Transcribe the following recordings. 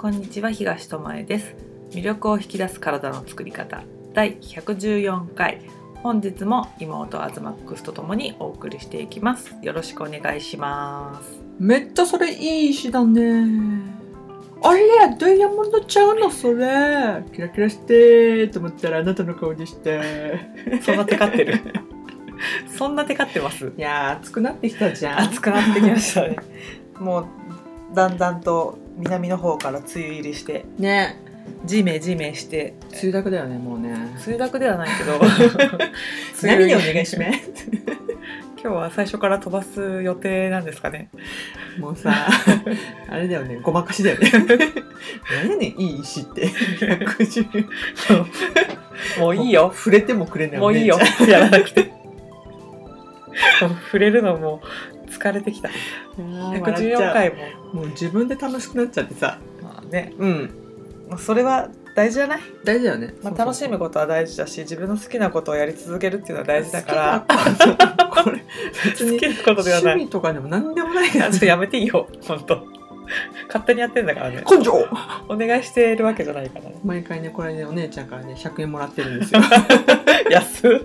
こんにちは、東智恵です。魅力を引き出す体の作り方第114回、本日も妹アズマックスとともにお送りしていきます。よろしくお願いします。 めっちゃそれいい石だね。あれダイヤモンドちゃうのそれ、キラキラしてと思ったらあなたの顔でした。 そんなテカってるそんなテカってます。 いや暑くなってきたじゃん。 暑くなってきましたねもうだんだんと南の方から梅雨入りしてね、 ジメジメして梅雨だくだよね、もうね。 梅雨だくではないけど何でお願いします。 今日は最初から飛ばす予定なんですかね。 もうさあれだよね、ごまかしだよね何やねんいい石って110 もういいよ、 触れてもくれないもういいよやらなくて触れるのも疲れてきた。114回もう自分で楽しくなっちゃってさ、 まあね、それは大事じゃない？ 大事だよね。 まあ、楽しむことは大事だし、自分の好きなことをやり続けるっていうのは大事だからこれ別に好きなことではない、 趣味とかでも何でもないからちょっとやめていいよ本当勝手にやってんだからね。 根性お願いしているわけじゃないからね。 毎回ね、これね、お姉ちゃんからね100円もらってるんですよ安っ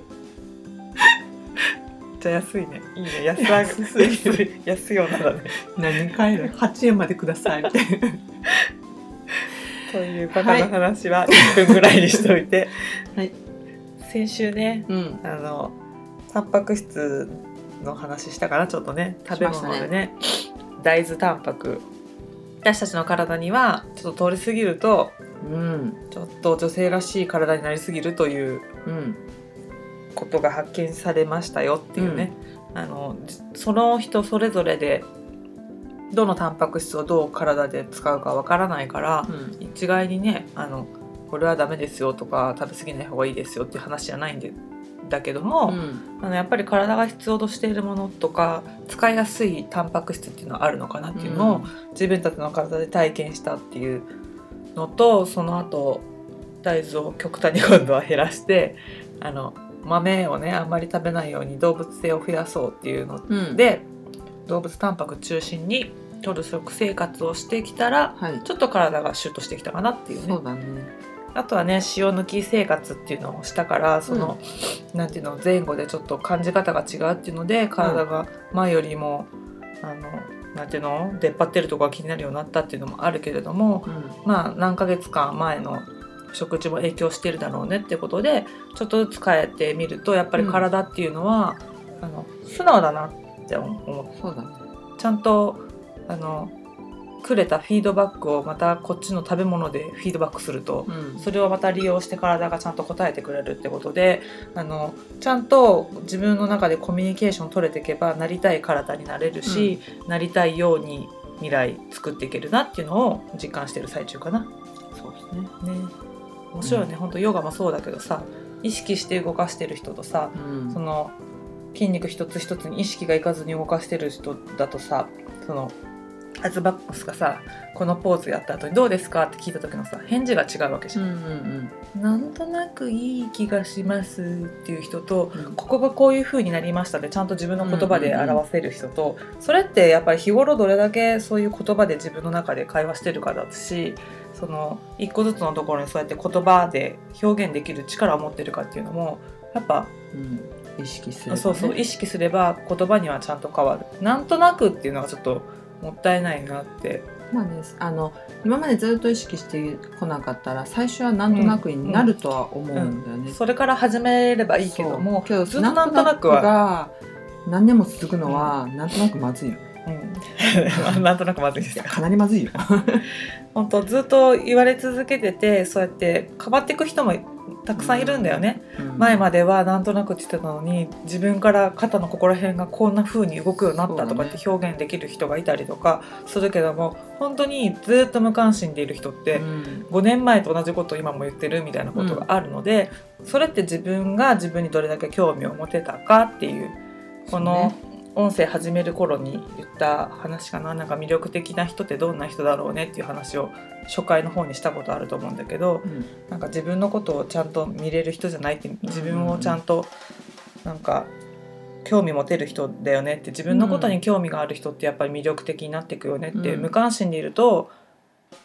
じゃあ安いね、いいね、安いようならね何買える8円までくださいみたいなというバカな話は1分ぐらいにしといて、 はい、 先週ね、タンパク質の話したかな、ちょっとね、食べ物でね、大豆タンパク、私たちの体にはちょっと通り過ぎると、ちょっと女性らしい体になりすぎるということが発見されましたよっていうね、その人それぞれでどのタンパク質をどう体で使うかわからないから、一概にね、これはダメですよとか食べ過ぎない方がいいですよっていう話じゃないんだけども、やっぱり体が必要としているものとか使いやすいタンパク質っていうのはあるのかなっていうのを、自分たちの体で体験したっていうのと、その後大豆を極端に今度は減らして豆をねあんまり食べないように動物性を増やそうっていうので、動物タンパク中心に取る食生活をしてきたら、ちょっと体がシュッとしてきたかなっていうね。 そうだね。 あとはね、塩抜き生活っていうのをしたから、その、なんていうの、前後でちょっと感じ方が違うっていうので、体が前よりもなんていうの、出っ張ってるとこが気になるようになったっていうのもあるけれども、まあ何ヶ月間前の食事も影響してるだろうねってことで、ちょっとずつ変えてみると、やっぱり体っていうのは、素直だなって思って、 そうだね、 ちゃんとくれたフィードバックをまたこっちの食べ物でフィードバックすると、それをまた利用して体がちゃんと答えてくれるってことで、ちゃんと自分の中でコミュニケーション取れていけばなりたい体になれるし、なりたいように未来作っていけるなっていうのを実感してる最中かな。 そうですね。 面白いよね、本当ヨガもそうだけどさ、意識して動かしてる人とさ、その筋肉一つ一つに意識がいかずに動かしてる人だとさ、そのアズバックスがさ、このポーズやった後にどうですかって聞いた時のさ、返事が違うわけじゃん。なんとなくいい気がしますっていう人と、ここがこういう風になりましたでちゃんと自分の言葉で表せる人と、それってやっぱり日頃どれだけそういう言葉で自分の中で会話してるかだし、その一個ずつのところにそうやって言葉で表現できる力を持ってるかっていうのもやっぱ、 意識すれば、ね、 そう意識すれば言葉にはちゃんと変わる。なんとなくっていうのがちょっともったいないなって。 まあね、今までずっと意識してこなかったら最初はなんとなくになるとは思うんだよね、 それから始めればいいけども、 ずっとなんとなくが何年も続くのは、なんとなくまずいよ、 なんとなくまずいですか。 かなりまずいよ本当ずっと言われ続けてて、そうやって変わっていく人もたくさんいるんだよね、前まではなんとなくって言ってたのに、自分から肩のここら辺がこんな風に動くようになったとかって表現できる人がいたりとかするけども、本当にずっと無関心でいる人って、5年前と同じことを今も言ってるみたいなことがあるので、それって自分が自分にどれだけ興味を持てたかっていう、この音声始める頃に言った話かな。なんか魅力的な人ってどんな人だろうねっていう話を初回の方にしたことあると思うんだけど、なんか自分のことをちゃんと見れる人じゃないって、自分をちゃんとなんか興味持てる人だよねって、自分のことに興味がある人ってやっぱり魅力的になっていくよねって、無関心でいると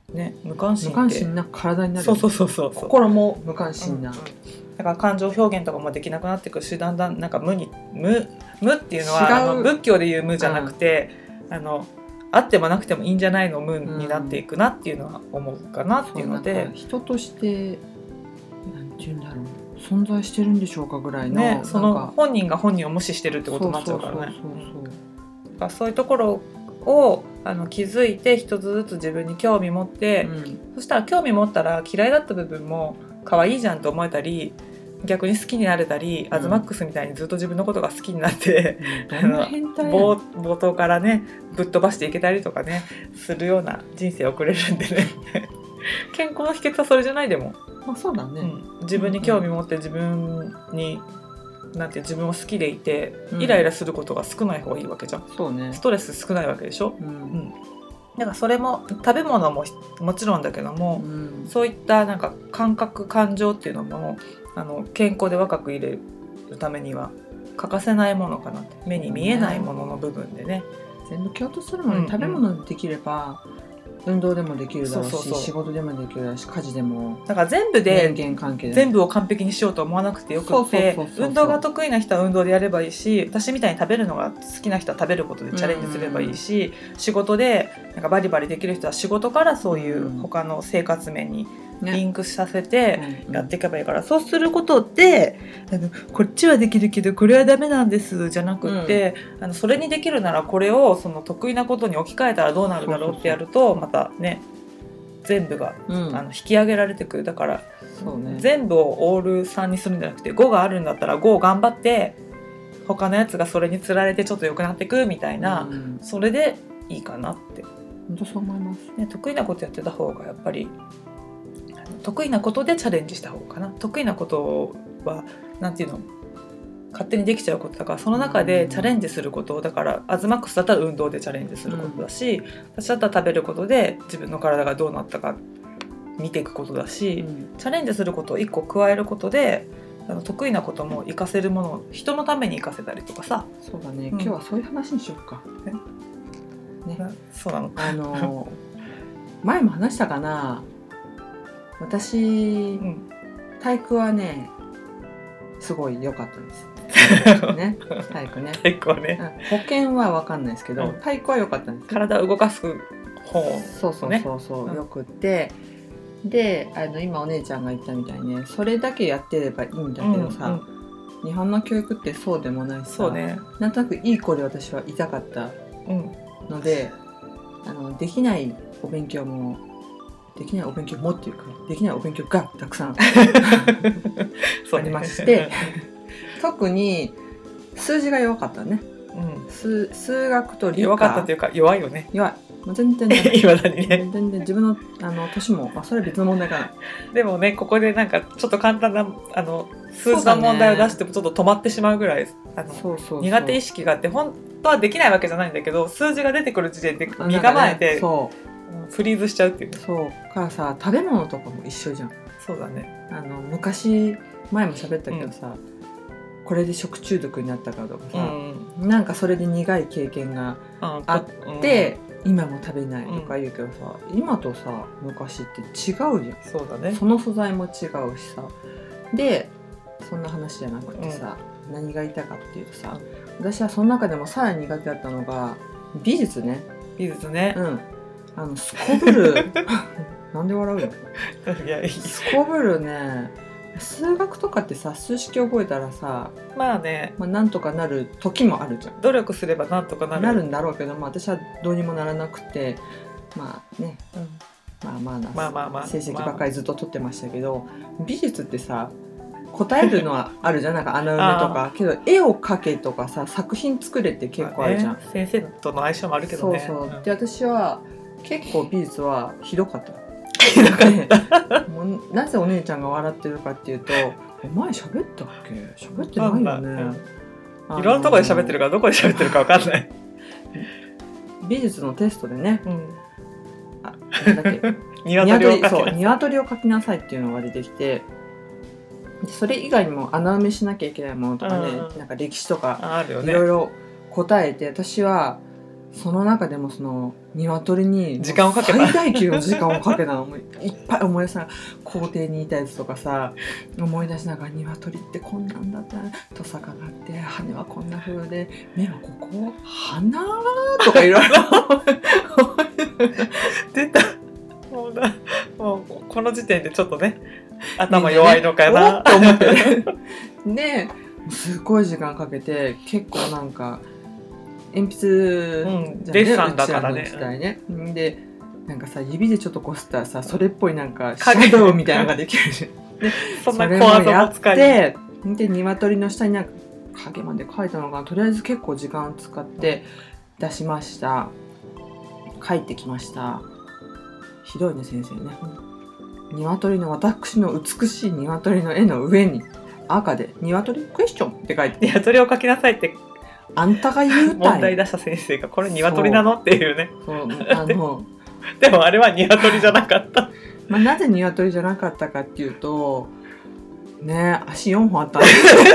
ね、無関心って無関心な体になる。 そう心も無関心な、 だから感情表現とかもできなくなってくるし、だんだんなんか無っていうのは仏教でいう無じゃなくて、あってもなくてもいいんじゃないの無になっていくなっていうのは思うかなっていうので、 人としてなんていうんだろう、存在してるんでしょうかぐらいの、 ね、その本人が本人を無視してるってことになっちゃうからね。そういうところを気づいて一つずつ自分に興味持って、そしたら興味持ったら嫌いだった部分も可愛いじゃんと思えたり、逆に好きになれたり、アズマックスみたいにずっと自分のことが好きになって、冒頭からねぶっ飛ばしていけたりとかねするような人生を送れるんでね健康の秘訣はそれじゃないでも、 そうだね、 自分に興味持って自分になんて自分を好きでいて、イライラすることが少ない方がいいわけじゃん。 そうね、 ストレス少ないわけでしょ。だからそれも食べ物ももちろんだけども、そういったなんか感覚感情っていうのも健康で若く入れるためには欠かせないものかなって。目に見えないものの部分でね、 全部共通するものね、食べ物できれば運動でもできるだろうし、仕事でもできるだろうし、家事でも、 だから全部で人間関係で全部を完璧にしようと思わなくてよくって、運動が得意な人は運動でやればいいし、私みたいに食べるのが好きな人は食べることでチャレンジすればいいし、仕事でなんかバリバリできる人は仕事からそういう他の生活面にリンクさせてやっていけばいいから、そうすることでこっちはできるけどこれはダメなんですじゃなくって、それにできるならこれをその得意なことに置き換えたらどうなるだろうってやると、またね全部が、引き上げられてくる。だから、全部をオール3にするんじゃなくて、5があるんだったら5を頑張って他のやつがそれにつられてちょっと良くなってくみたいな、それでいいかなって。 本当そう思います、 ね、得意なことやってた方がやっぱり得意なことでチャレンジした方かな。得意なことはなんていうの、勝手にできちゃうことだから、その中でチャレンジすること、だからアズマックスだったら運動でチャレンジすることだし、私だったら食べることで自分の体がどうなったか見ていくことだし、チャレンジすることを1個加えることで得意なことも活かせるものを人のために活かせたりとかさ。 そうだね、今日はそういう話にしようか、 ね、そうなの前も話したかな、私、体育はねすごい良かったですね、体育ね。 体育はね、 保健は分かんないですけど、体育は良かったんです。 体を動かす方、 そうよくって、で今お姉ちゃんが言ったみたいにね、それだけやってればいいんだけどさ、日本の教育ってそうでもないしさ、なんとなくいい子で私は痛かったので、できないお勉強もっていうか、できないお勉強がたくさんありまして、特に数字が弱かったね、数学と理科。 弱かったというか弱いよね。 弱い、もう全然今だにね、 全然自分の年も、それは別の問題かな。 でもね、ここでなんかちょっと簡単な数字の問題を出してもちょっと止まってしまうぐらい苦手意識があって、本当はできないわけじゃないんだけど、数字が出てくる時点で身構えて、フリーズしちゃうっていう。 そうからさ、食べ物とかも一緒じゃん。 そうだね。 昔前も喋ったけどさ、これで食中毒になったかとかさ、なんかそれで苦い経験があって、今も食べないとか言うけどさ、今とさ昔って違うじゃん。 そうだね。 その素材も違うしさ、でそんな話じゃなくてさ、何が言いたかっていうとさ、私はその中でもさらに苦手だったのが美術ね。 美術ね。 すこぶるなんで笑うの？ いや、 すこぶるね。数学とかってさ、数式覚えたらさ、なんとかなる時もあるじゃん。 努力すればなんとかなるんだろうけど、私はどうにもならなくて、まあね、成績ばっかりずっと取ってましたけど、美術ってさ、答えるのはあるじゃん、なんか穴埋めとかけど、絵を描けとかさ、作品作れって結構あるじゃん、 先生との相性もあるけどね。 で、私は結構美術はひどかった。もうなぜお姉ちゃんが笑ってるかっていうと、前喋ったっけ？喋ってないよね。 いろんなところで喋ってるからどこで喋ってるか分かんない。 美術のテストでね、 なんだっけ、 鶏を描きなさいっていうのが出てきて、それ以外にも穴埋めしなきゃいけないものとかね、なんか歴史とかいろいろ答えて、私はその中でもその鶏に時間をかけた最大級の時間をかけたのもいっぱい思い出しながら校庭にいたやつとかさ思い出しながら鶏ってこんなんだったトサカがあって羽はこんな風で目はここ鼻とかいろいろ出たもうこの時点でちょっとね頭弱いのかなって思ってですごい時間かけて結構なんか鉛筆じゃデッサンだからねうちらの時代ね、でなんかさ指でちょっとこすったらさそれっぽいなんかシャドウみたいなのができるしでそんな小技も使いで鶏の下になんか影まで描いたのがとりあえず結構時間を使って出しました。帰ってきました。ひどいね先生ね。鶏の私の美しい鶏の絵の上に赤で鶏クエスチョンって書いて鶏を描きなさいってあんたが言うたい問題出した先生がこれ鶏なのっていうね。 そうでもあれは鶏じゃなかったまあ、なぜ鶏じゃなかったかっていうとね足4本あったん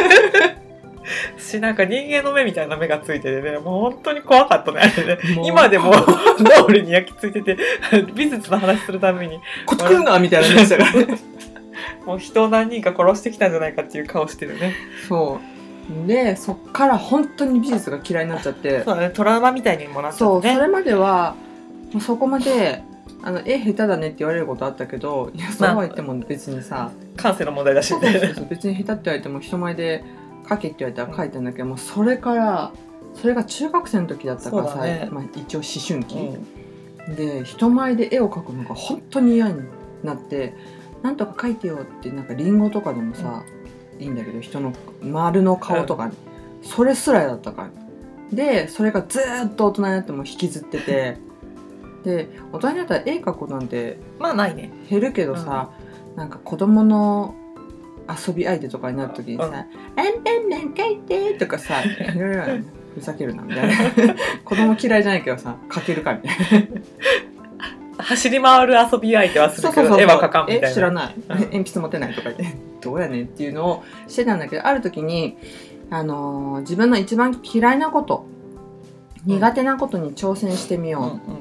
なんか人間の目みたいな目がついててねもう本当に怖かったねあれね今でも脳裏に焼き付いてて美術の話するためにこっち来るなみたいな目でしたからねもう人を何人か殺してきたんじゃないかっていう顔してるね。 そうでそっから本当に美術が嫌いになっちゃってそうだねトラウマみたいにもなっちゃって、ね、 そうそれまではもうそこまで絵下手だねって言われることあったけどいやそうは言っても別にさ、 感性の問題だし、ね、 そう別に下手って言われても人前で描けって言われたら描いたんだけどもそれが中学生の時だったからさ、 ねまあ、一応思春期、で人前で絵を描くのが本当に嫌になってなんとか描いてよってなんかリンゴとかでもさ、いいんだけど人の丸の顔とか、それすらだったからでそれがずっと大人になっても引きずっててで大人になったら絵描くことなんてまあないね減るけどさ、なんか子供の遊び相手とかになる時にさ「あんぺんめん描いて」とかさいろいろふざけるなみたいな子供嫌いじゃないけどさ描けるかみたいな走り回る遊び相手はするけど絵は描かんみたいな知らない、鉛筆持ってないとか言ってどうやねんっていうのをしてたんだけどある時に、自分の一番嫌いなこと苦手なことに挑戦してみようって、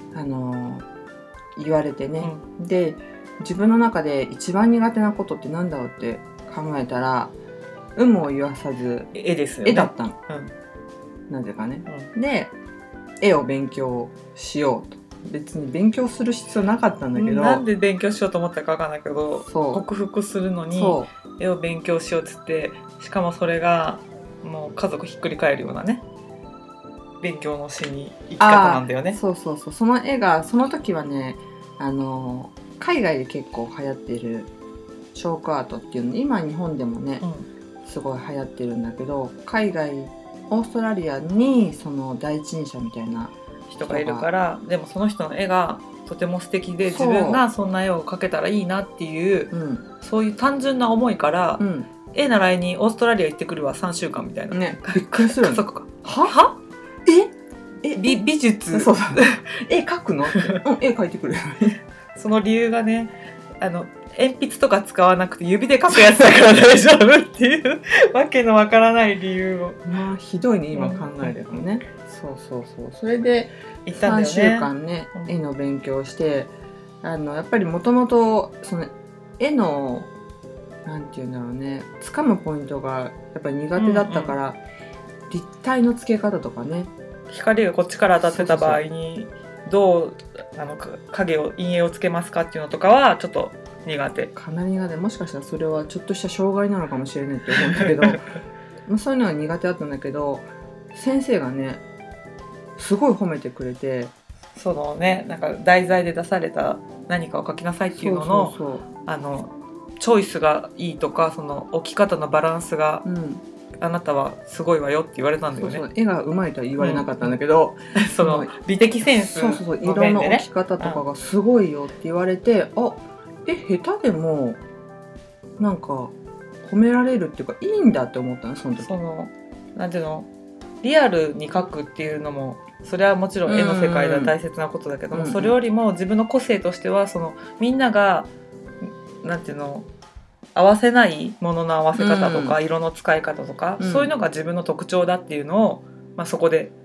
言われてね、で自分の中で一番苦手なことってなんだろうって考えたら有無を言わさず絵ですよね。 絵だったの、なぜかね、で絵を勉強しようと別に勉強する必要なかったんだけどなんで勉強しようと思ったか分かんないけど克服するのに絵を勉強しようっつってしかもそれがもう家族ひっくり返るようなね勉強のしに生き方なんだよね。 そうその絵がその時はね海外で結構流行っているチョークアートっていうの今日本でもね、すごい流行ってるんだけど海外オーストラリアにその第一人者みたいな人がいるからでもその人の絵がとても素敵で自分がそんな絵を描けたらいいなっていう、そういう単純な思いから、絵習いにオーストラリア行ってくるわ3週間みたいな、 ね、びっくりする家族がは美術そう絵描くの絵描いてくれその理由がね鉛筆とか使わなくて指で描くやつだから大丈夫っていうわけのわからない理由をまあひどいね今考えればね、そうそれで3週間ね絵の勉強をしてやっぱりもともとその絵のなんていうんだろうね掴むポイントがやっぱり苦手だったから、立体の付け方とかね光がこっちから当たってた場合にどう影を陰影をつけますかっていうのとかはちょっと苦手かなり苦手もしかしたらそれはちょっとした障害なのかもしれないって思うんだけどまあそういうのが苦手だったんだけど先生がねすごい褒めてくれてそのねなんか題材で出された何かを描きなさいっていうののチョイスがいいとかその置き方のバランスが、あなたはすごいわよって言われたんだよね。 そう絵がうまいとは言われなかったんだけど、 その美的センスの面でね、 色の置き方とかがすごいよって言われて、下手でもなんか褒められるっていうかいいんだって思ったのその時。 なんていうのリアルに描くっていうのもそれはもちろん絵の世界では大切なことだけども、それよりも自分の個性としてはそのみんながなんていうの合わせないものの合わせ方とか、色の使い方とか、そういうのが自分の特徴だっていうのを、そこで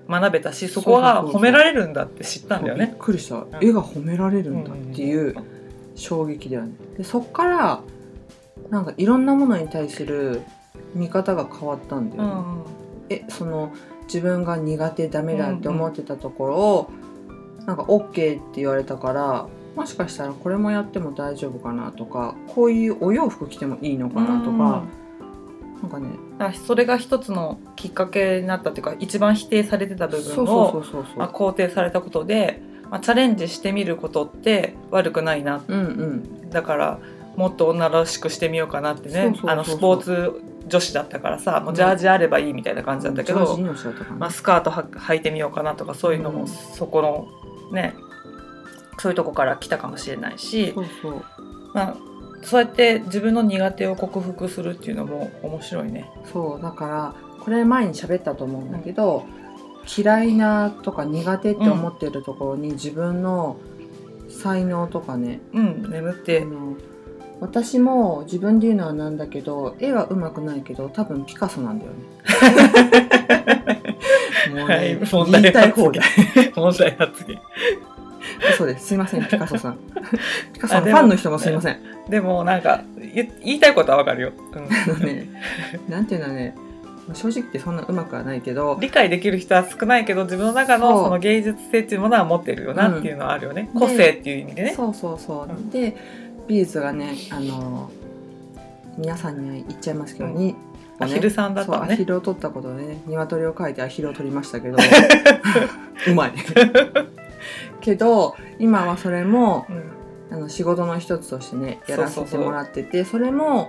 学べたし、そこが褒められるんだって知ったんだよね。 びっくりした、絵が褒められるんだっていう衝撃だよね。でそっからなんかいろんなものに対する見方が変わったんだよね。その自分が苦手ダメだって思ってたところを、なんか OK って言われたから、もしかしたらこれもやっても大丈夫かなとか、こういうお洋服着てもいいのかなとか、なんかね、 それが一つのきっかけになったっていうか、一番否定されてた部分を肯定されたことで、チャレンジしてみることって悪くないな、だからもっと女らしくしてみようかなってね。スポーツ女子だったからさ、もうジャージあればいいみたいな感じだったけど、スカート履いてみようかなとか、そういうのもそこのね、そういうとこから来たかもしれないし、そうやって自分の苦手を克服するっていうのも面白いね。 そうだからこれ前に喋ったと思うんだけど、嫌いなとか苦手って思ってるところに自分の才能とかね、 眠って私も自分で言うのはなんだけど、絵は上手くないけど多分ピカソなんだよね。もうね、言いたい放題。 問題発言。 そうです。すいません、ピカソさん。ピカソのファンの人もすいません。 でもなんか言いたいことはわかるよ。 なんていうのね、正直ってそんな上手くはないけど、 理解できる人は少ないけど、自分の中のその芸術性っていうものは持ってるよなっていうのはあるよね。個性っていう意味でね。 そう。で、美術がね、皆さんには言っちゃいますけどに。 アヒルさんだったのね。 アヒルを取ったことでね、鶏を描いてアヒルを取りましたけど、うまい。けど今はそれも、仕事の一つとしてねやらせてもらってて、それも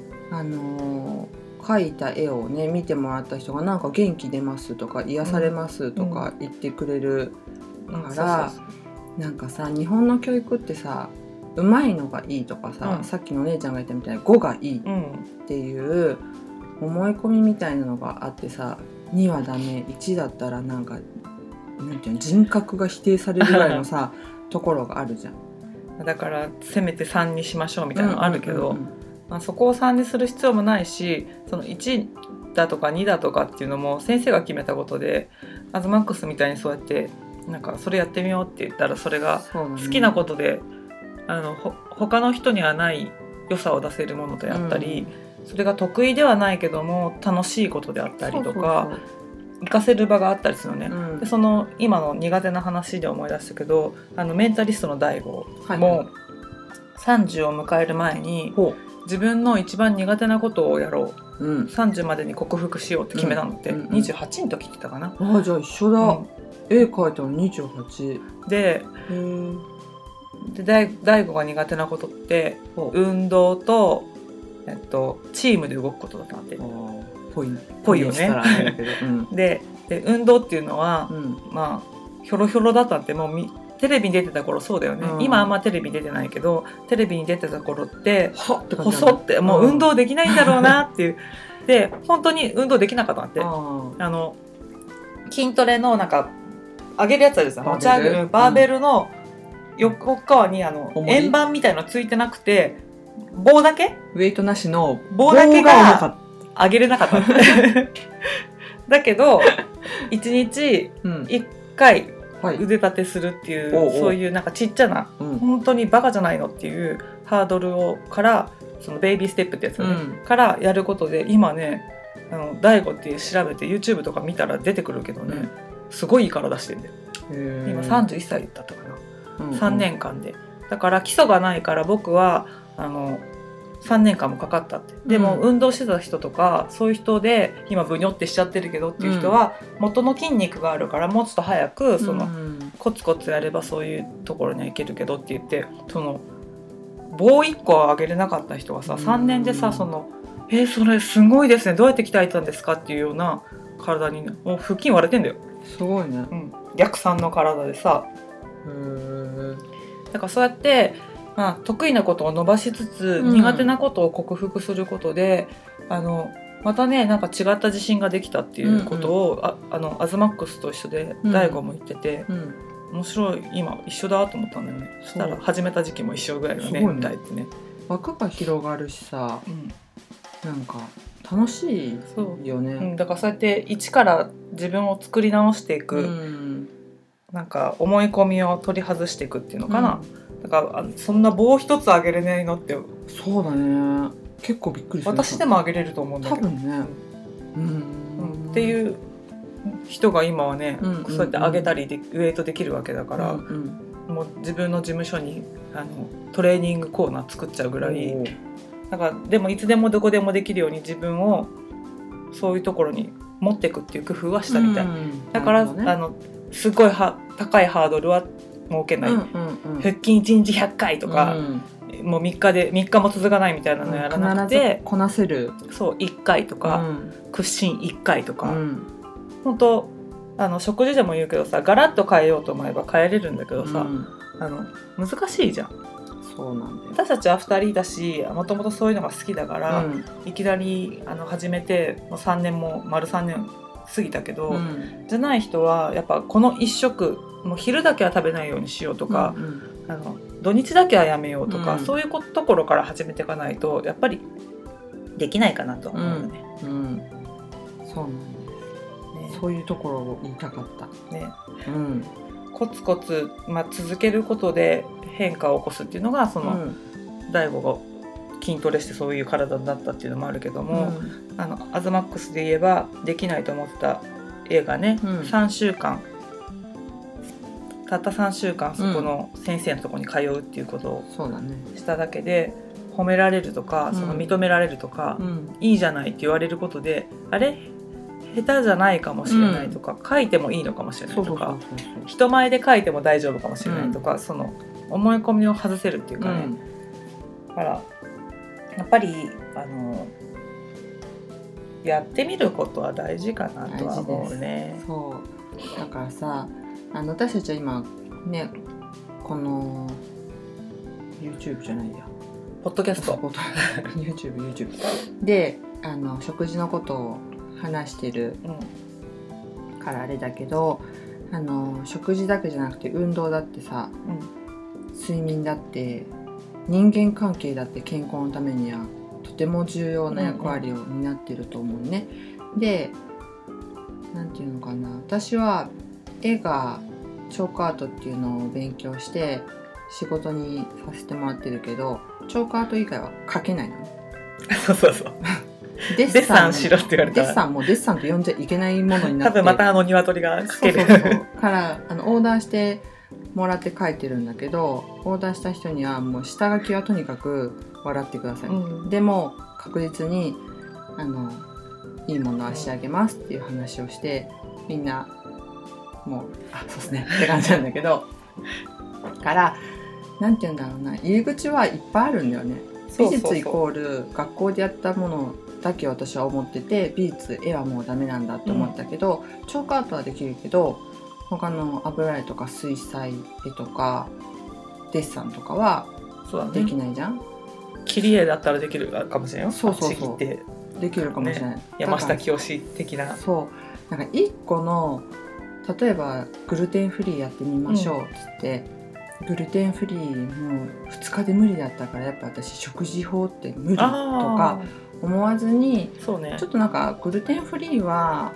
描いた絵をね見てもらった人がなんか元気出ますとか癒されますとか言ってくれるから、なんかさ、日本の教育ってさ、うまいのがいいとかさ、さっきのお姉ちゃんが言ったみたいに5がいいっていう思い込みみたいなのがあってさ、2はダメ、1だったらなんかなんていうの、人格が否定されるぐらいのさところがあるじゃん。 だからせめて3にしましょうみたいなのあるけど、そこを3にする必要もないし、その1だとか2だとかっていうのも先生が決めたことで、アズマックスみたいにそうやってなんかそれやってみようって言ったら、それが好きなことで、他の人にはない良さを出せるものであったり、それが得意ではないけども楽しいことであったりとか、活かせる場があったりするのね。でその今の苦手な話で思い出したけど、メンタリストの大悟も30を迎える前に自分の一番苦手なことをやろう、30までに克服しようって決めたのって、28の時って言ったかな。 じゃあ一緒だ、絵描いたの28 で、大悟が苦手なことって運動と、チームで動くことだったんで、ぽいよね。で運動っていうのは、ひょろひょろだったって、もうテレビに出てた頃そうだよね。今あんまテレビに出てないけど、テレビに出てた頃って細ってもう運動できないんだろうなっていう。で本当に運動できなかったんって。筋トレのなんか上げるやつあるじゃん、持ち上げるバーベルの横側に円盤みたいのついてなくて、棒だけウェイトなしの棒だけが上げれなかっただけど1日1回腕立てするっていう、そういうなんかちっちゃな、本当にバカじゃないのっていうハードルをからそのベイビーステップってやつ、からやることで、今ね大悟って調べて YouTube とか見たら出てくるけどね、すごいいい体してるんだよ。今31歳だったかな、3年間で。だから基礎がないから僕は3年間もかかったって。でも運動してた人とかそういう人で今ブニョってしちゃってるけどっていう人は、元の筋肉があるからもうちょっと早くコツコツやればそういうところにはいけるけどって言って、その棒1個上げれなかった人がさ、3年でさ、それすごいですね、どうやって鍛えたんですかっていうような体に、もう腹筋割れてんだよ。 すごいね。 逆三の体でさ。だからそうやって得意なことを伸ばしつつ、苦手なことを克服することで、またねなんか違った自信ができたっていうことを、アズマックスと一緒で大悟も言ってて、面白い、今一緒だと思ったんだよね。そしたら始めた時期も一緒ぐらいのね、みたいってね。 枠が広がるしさ、なんか楽しいよね。 だからそうやって一から自分を作り直していく、なんか思い込みを取り外していくっていうのかな、だからそんな棒一つあげれないのって。 そうだね、結構びっくりした。 私でもあげれると思うんだけど多分ね、 っていう人が今はね、そうやってあげたりでウエイトできるわけだから、もう自分の事務所にトレーニングコーナー作っちゃうぐらい、だからでもいつでもどこでもできるように自分をそういうところに持っていくっていう工夫はしたみたい、だから、すごい高いハードルは設けない、腹筋1日100回とか、もう3日も続かないみたいなのやらなくて、 必ずこなせる、 そう1回とか、屈伸1回とか、本当食事でも言うけどさ、ガラッと変えようと思えば変えれるんだけどさ、難しいじゃん。 そうなんだよ。 私たちは2人だし、もともとそういうのが好きだから、いきなり始めてもう丸3年過ぎたけど、じゃない人はやっぱこの1食もう昼だけは食べないようにしようとか、土日だけはやめようとか、そういうところから始めていかないとやっぱりできないかなと思うよね。 そうなんです、そういうところを言いたかったね。 コツコツ、続けることで変化を起こすっていうのが大悟が筋トレしてそういう体になったっていうのもあるけども、アズマックスで言えばできないと思った映画ね、3週間たった3週間そこの先生のところに通うっていうことをしただけで褒められるとか、認められるとか、いいじゃないって言われることで、あれ下手じゃないかもしれないとか、書いてもいいのかもしれないとか、人前で書いても大丈夫かもしれないとか、その思い込みを外せるっていうかね、だからやっぱりやってみることは大事かなとは思うね。 そうだからさ、私たちは今ね、この YouTube じゃないや、 ポッドキャスト YouTube で食事のことを話してるからあれだけど、食事だけじゃなくて運動だってさ、睡眠だって人間関係だって健康のためにはとても重要な役割を担ってると思うね。で、なんていうのかな、私は絵がチョークアートっていうのを勉強して仕事にさせてもらってるけど、チョークアート以外は描けないのね。 そうデッサンしろって言われたら、 デッサンと呼んじゃいけないものになって、 多分また鶏がつけるからオーダーしてもらって描いてるんだけど、オーダーした人にはもう下書きはとにかく笑ってください、でも確実にいいものは仕上げますっていう話をして、みんなもうそうですねって感じなんだけどからなんて言うんだろうな、入り口はいっぱいあるんだよね。美術イコール学校でやったものだけ私は思ってて、美術絵はもうダメなんだって思ったけど、チョークアートはできるけど他の油絵とか水彩絵とかデッサンとかはできないじゃん。 切り絵だったらできるかもしれないよ。 そうできるかもしれない、 山下清的な。 なんか一個の例えばグルテンフリーやってみましょうっつって、グルテンフリーもう2日で無理だったから、やっぱ私食事法って無理とか思わずに、ちょっとなんかグルテンフリーは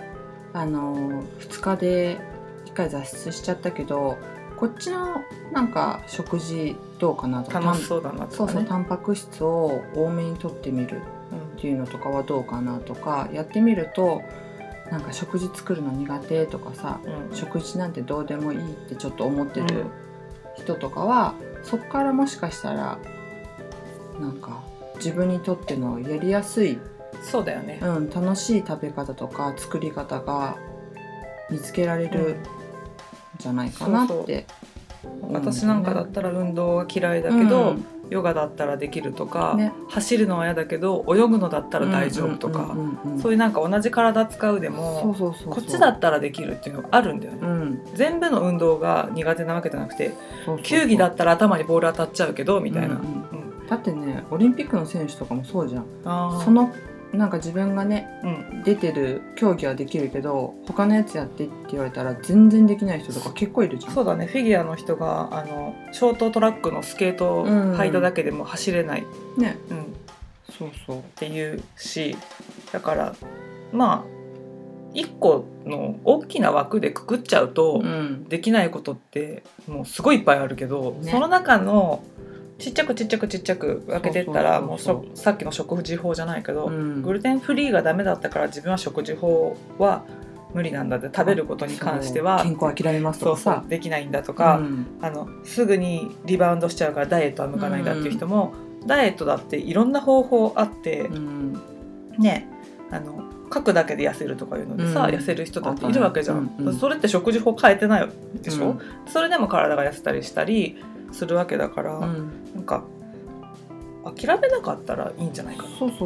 2日で1回挫折しちゃったけど、こっちのなんか食事どうかなとか、 楽しそうだなとか、ね、 タンパク質を多めに摂ってみるっていうのとかはどうかなとかやってみると、なんか食事作るの苦手とかさ、食事なんてどうでもいいってちょっと思ってる人とかは、そっからもしかしたらなんか自分にとってのやりやすい、 そうだよね、 楽しい食べ方とか作り方が見つけられるんじゃないかなって。 私なんかだったら運動が嫌いだけど、ヨガだったらできるとか、走るのは嫌だけど泳ぐのだったら大丈夫とか、そういうなんか同じ体使うでもこっちだったらできるっていうのがあるんだよね、全部の運動が苦手なわけじゃなくて、球技だったら頭にボール当たっちゃうけどみたいな、 だってね、オリンピックの選手とかもそうじゃん。そのなんか自分がね、出てる競技はできるけど他のやつやってって言われたら全然できない人とか結構いるじゃん。 そうだね、フィギュアの人がショートトラックのスケートを履いただけでも走れない、 ね、そうっていうし、 だからまあ一個の大きな枠でくくっちゃうと、できないことってもうすごいいっぱいあるけど、ね、その中のちっちゃく分けてったら、もうさっきの食事法じゃないけど、グルテンフリーがダメだったから自分は食事法は無理なんだって、食べることに関しては健康諦めますとかさ、 できないんだとか、すぐにリバウンドしちゃうからダイエットは向かないんだっていう人も、ダイエットだっていろんな方法あって、ね、書くだけで痩せるとかいうのでさ、痩せる人だっているわけじゃん、それって食事法変えてないでしょ、それでも体が痩せたりしたりするわけだから、なんか諦めなかったらいいんじゃないかな。そう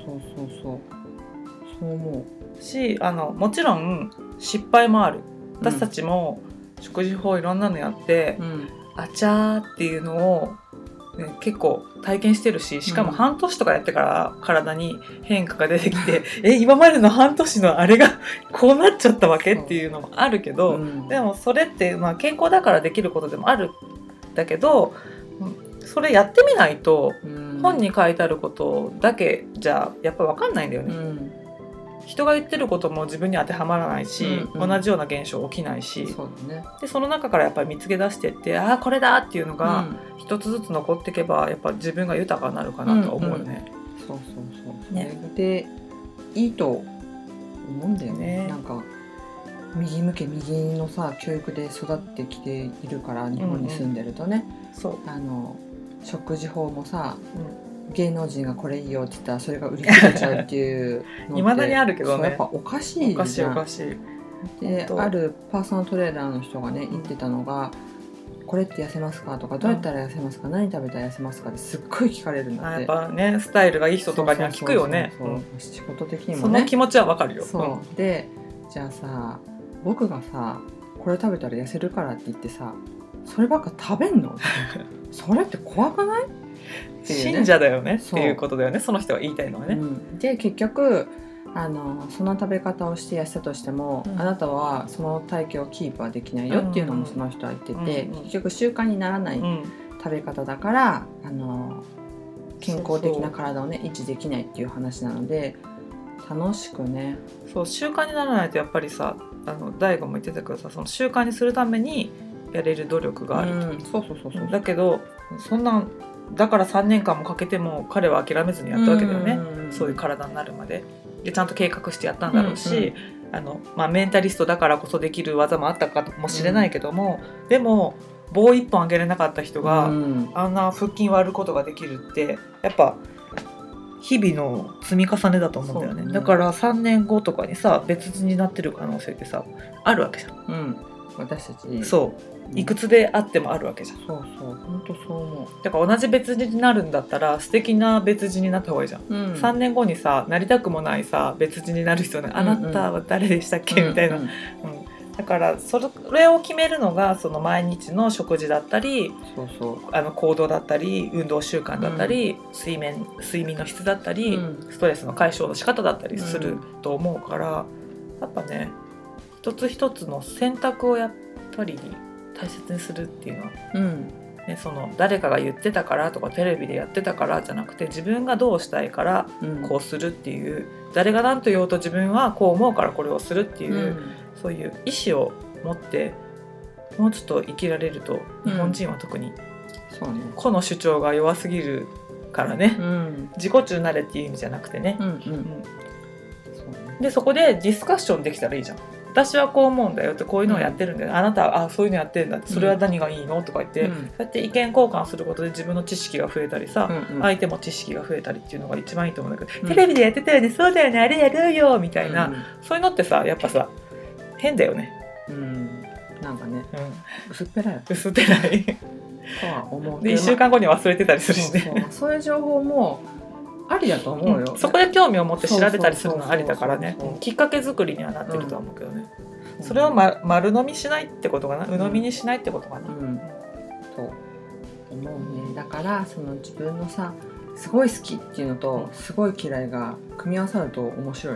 思うし、もちろん失敗もある。私たちも食事法いろんなのやって、あちゃーっていうのを、ね、結構体験してるし、しかも半年とかやってから体に変化が出てきて、今までの半年のあれがこうなっちゃったわけっていうのもあるけど、でもそれって、健康だからできることでもあるんだけど、それやってみないと、本に書いてあることだけじゃやっぱ分かんないんだよね、人が言ってることも自分に当てはまらないし、同じような現象起きないし、でその中からやっぱり見つけ出してって、これだっていうのが一つずつ残っていけば、やっぱ自分が豊かになるかなとは思うよね。そうね、 でいいと思うんだよね。なんか右向け右のさ教育で育ってきているから、日本に住んでるとね、食事法もさ、芸能人がこれいいよって言ったらそれが売り切れちゃうっていうのって未だにあるけどね。 やっぱおかしいじゃん。 おかしい。 で、あるパーソナルトレーナーの人がね言ってたのが、これって痩せますかとか、どうやったら痩せますか、何食べたら痩せますかってすっごい聞かれるんだって。 やっぱね、スタイルがいい人とかには聞くよね。 仕事的にもね、 その気持ちはわかるよ。 で、じゃあさ、僕がさこれ食べたら痩せるからって言ってさ、そればっか食べんのそれって怖くないっていう、ね、 信者だよねっていうことだよね、その人が言いたいのはね。 で結局その食べ方をして痩せたとしても、あなたはその体型をキープはできないよっていうのもその人は言ってて、結局習慣にならない食べ方だから、健康的な体をね維持できないっていう話なので、楽しくね、そう習慣にならないとやっぱりさ、大悟も言ってたけどさ、その習慣にするためにやれる努力があると、だけどそんなんだから3年間もかけても彼は諦めずにやったわけだよね、そういう体になるまで。でちゃんと計画してやったんだろうし、メンタリストだからこそできる技もあったかもしれないけども、でも棒一本上げれなかった人が、あんな腹筋割ることができるって、やっぱ日々の積み重ねだと思うんだよね。だから3年後とかにさ別人になってる可能性ってさあるわけじゃん、私たちいくつであってもあるわけじゃん。本当そう思う。だから同じ別人になるんだったら素敵な別人になった方がいいじゃん、3年後にさなりたくもないさ別人になる人ね、あなたは誰でしたっけみたいな、だからそれを決めるのがその毎日の食事だったり、行動だったり運動習慣だったり、睡眠の質だったり、ストレスの解消の仕方だったりすると思うから、やっぱね一つ一つの選択をやっぱり大切にするっていうのは、ね、その誰かが言ってたからとかテレビでやってたからじゃなくて、自分がどうしたいからこうするっていう、誰が何と言おうと自分はこう思うからこれをするっていう、そういう意思を持ってもうちょっと生きられると、日本人は特に個の主張が弱すぎるからね、自己中になれっていう意味じゃなくてね、でそこでディスカッションできたらいいじゃん。私はこう思うんだよって、こういうのをやってるんだよ、あなたはそういうのやってるんだって、それは何がいいのとか言って、そうやって意見交換することで自分の知識が増えたりさ、相手も知識が増えたりっていうのが一番いいと思うんだけど、テレビでやってたよね、そうだよね、あれやるよみたいな、そういうのってさやっぱさ変だよね。なんかね、薄っぺらいとは思う。で1週間後に忘れてたりするしね。そういう情報もありだと思うよ、そこで興味を持って調べたりするのはありだからね、きっかけ作りにはなってるとは思うけどね、それを、丸飲みしないってことかな、鵜呑みにしないってことかな、そう思うね。だからその自分のさすごい好きっていうのとすごい嫌いが組み合わさると面白いよ。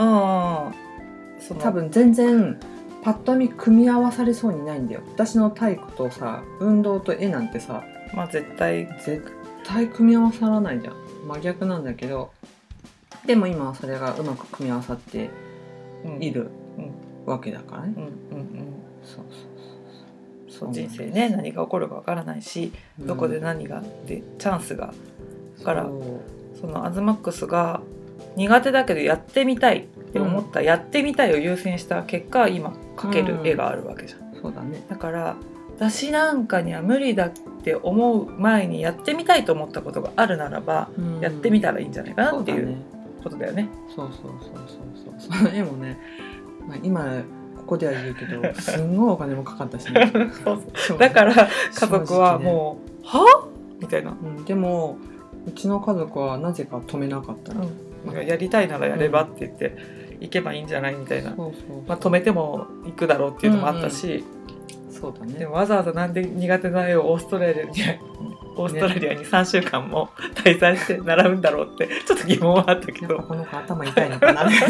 多分全然パッと見組み合わされそうにないんだよ。私の体育とさ運動と絵なんてさ、絶対組み合わさらないじゃん。真逆なんだけど、 でも今はそれがうまく組み合わさっているわけだからね。 そう人生ね、何が起こるかわからないし、どこで何がでチャンスがだから、そのアズマックスが苦手だけどやってみたいって思った、やってみたいを優先した結果今描ける絵があるわけじゃん。 そうだね。 だから私なんかには無理だって思う前にやってみたいと思ったことがあるならば、やってみたらいいんじゃないかなっていうことだよね。 そうその絵もね、今ここでは言うけどすんごいお金もかかったしね。 そうだから家族はもう、はみたいな、 でもうちの家族はなぜか止めなかったの、 やりたいならやればって言って、行けばいいんじゃないみたいな、止めても行くだろうっていうのもあったし、 そうだね。 でもわざわざなんで苦手な絵をオーストラリアに3週間も滞在して習うんだろうってちょっと疑問はあったけど、 この子頭痛いのかな。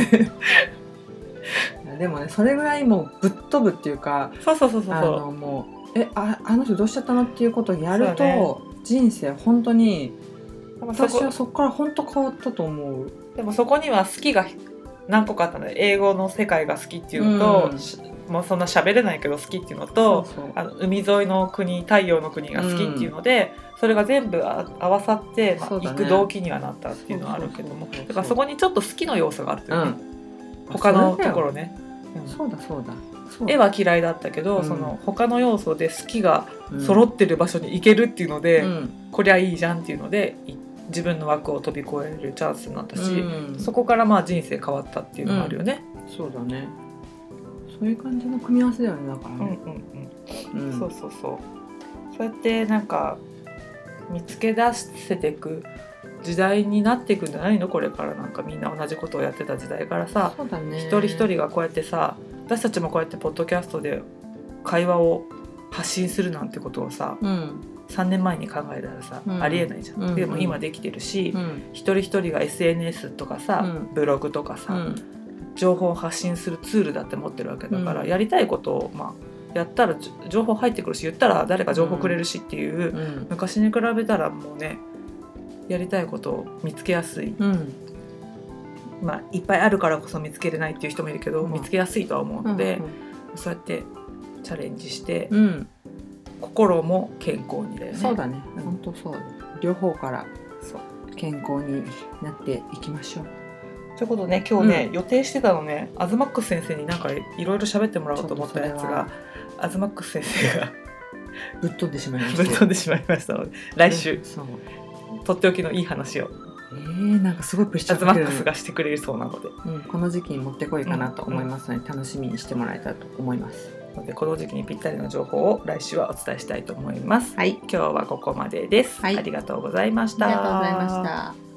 でもね、それぐらいもうぶっ飛ぶっていうか、もうあの人どうしちゃったのっていうことをやると、人生本当に私はそこから本当変わったと思う。 でもそこには好きが何個かあったので、英語の世界が好きっていうのと、もうそんな喋れないけど好きっていうのと、海沿いの国、太陽の国が好きっていうので、それが全部合わさって、行く動機にはなったっていうのはあるけども、だからそこにちょっと好きの要素があるというね、他のところね。 そうだ絵は嫌いだったけど、その他の要素で好きが揃ってる場所に行けるっていうので、こりゃいいじゃんっていうので自分の枠を飛び越えるチャンスになったし、そこから人生変わったっていうのがあるよね。 そうだね。そういう感じの組み合わせだよね。だからね。 そうやってなんか見つけ出せていく時代になっていくんじゃないの、これから。なんかみんな同じことをやってた時代からさ、一人一人がこうやってさ、私たちもこうやってポッドキャストで会話を発信するなんてことをさ、3年前に考えたらさ、ありえないじゃん。でも今できてるし、一人一人が SNS とかさ、ブログとかさ、情報を発信するツールだって持ってるわけだから、やりたいことをやったら情報入ってくるし、言ったら誰か情報くれるしっていう、昔に比べたらもうね、やりたいことを見つけやすい、いっぱいあるからこそ見つけれないっていう人もいるけど、見つけやすいとは思うので、そうやってチャレンジして、心も健康にだよね。 そうだね、本当そうだ。両方から健康になっていきましょう。 ということでね、今日ね、予定してたのね、アズマックス先生になんかいろいろ喋ってもらおうと思ったやつが、アズマックス先生がぶっ飛んでしまいましたので、来週とっておきのいい話をなんかすごいプレッシャーアズマックスがしてくれるそうなので、 この時期に持ってこいかなと思いますので、楽しみにしてもらえたらと思います。 のでこの時期にぴったりの情報を来週はお伝えしたいと思います。 はい、 今日はここまでです。ありがとうございました。 ありがとうございました。